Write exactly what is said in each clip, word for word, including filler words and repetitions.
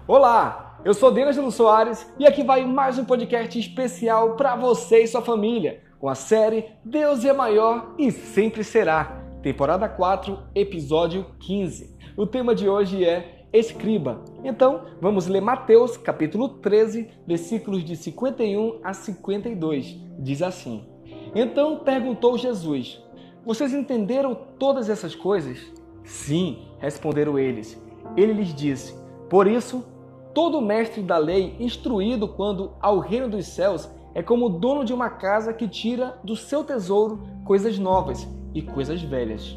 Olá, eu sou D'Angelo Soares e aqui vai mais um podcast especial para você e sua família, com a série Deus é Maior e Sempre Será, temporada quatro, episódio quinze. O tema de hoje é Escriba. Então, vamos ler Mateus, capítulo treze, versículos de cinquenta e um a cinquenta e dois. Diz assim: Então perguntou Jesus: Vocês entenderam todas essas coisas? Sim, responderam eles. Ele lhes disse: Por isso, todo mestre da lei, instruído quando ao reino dos céus, é como o dono de uma casa que tira do seu tesouro coisas novas e coisas velhas.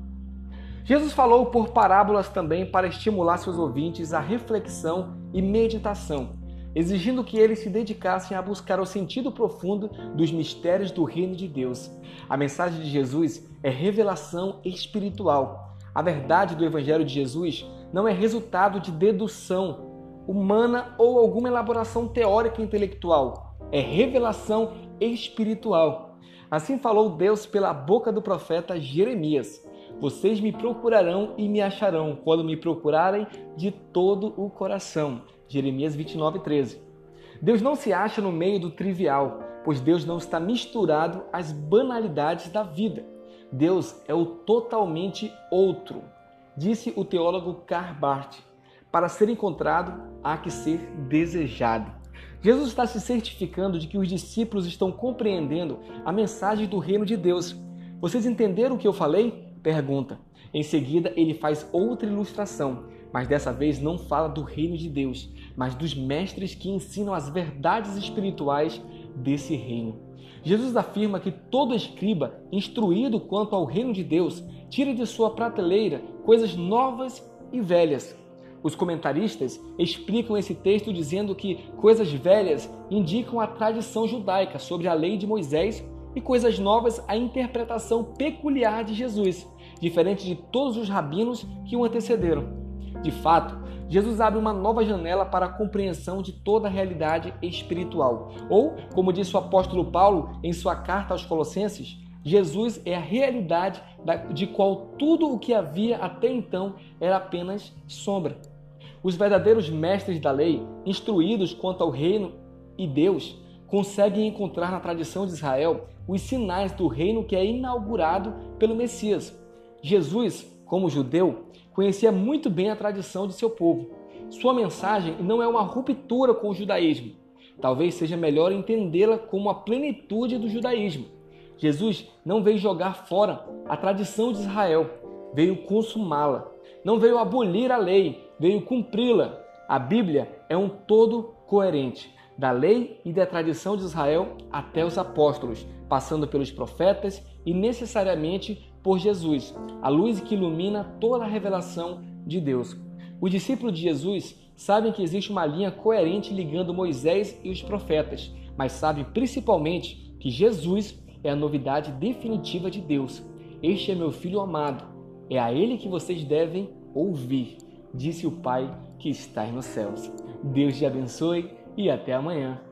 Jesus falou por parábolas também para estimular seus ouvintes à reflexão e meditação, exigindo que eles se dedicassem a buscar o sentido profundo dos mistérios do reino de Deus. A mensagem de Jesus é revelação espiritual. A verdade do Evangelho de Jesus não é resultado de dedução humana ou alguma elaboração teórica e intelectual. É revelação espiritual. Assim falou Deus pela boca do profeta Jeremias: Vocês me procurarão e me acharão quando me procurarem de todo o coração. Jeremias vinte e nove, treze. Deus não se acha no meio do trivial, pois Deus não está misturado às banalidades da vida. Deus é o totalmente outro, disse o teólogo Karl Barth. Para ser encontrado, há que ser desejado. Jesus está se certificando de que os discípulos estão compreendendo a mensagem do reino de Deus. Vocês entenderam o que eu falei? Pergunta. Em seguida, ele faz outra ilustração, mas dessa vez não fala do reino de Deus, mas dos mestres que ensinam as verdades espirituais desse reino. Jesus afirma que todo escriba, instruído quanto ao reino de Deus, tira de sua prateleira coisas novas e velhas. Os comentaristas explicam esse texto dizendo que coisas velhas indicam a tradição judaica sobre a lei de Moisés e coisas novas a interpretação peculiar de Jesus, diferente de todos os rabinos que o antecederam. De fato, Jesus abre uma nova janela para a compreensão de toda a realidade espiritual. Ou, como disse o apóstolo Paulo em sua carta aos Colossenses, Jesus é a realidade de qual tudo o que havia até então era apenas sombra. Os verdadeiros mestres da lei, instruídos quanto ao reino e Deus, conseguem encontrar na tradição de Israel os sinais do reino que é inaugurado pelo Messias. Jesus, como judeu, conhecia muito bem a tradição de seu povo. Sua mensagem não é uma ruptura com o judaísmo. Talvez seja melhor entendê-la como a plenitude do judaísmo. Jesus não veio jogar fora a tradição de Israel, veio consumá-la. Não veio abolir a lei, veio cumpri-la. A Bíblia é um todo coerente, da lei e da tradição de Israel até os apóstolos, passando pelos profetas e necessariamente por Jesus, a luz que ilumina toda a revelação de Deus. Os discípulos de Jesus sabem que existe uma linha coerente ligando Moisés e os profetas, mas sabem principalmente que Jesus é a novidade definitiva de Deus. Este é meu Filho amado, é a ele que vocês devem ouvir, disse o Pai que está nos céus. Deus te abençoe e até amanhã.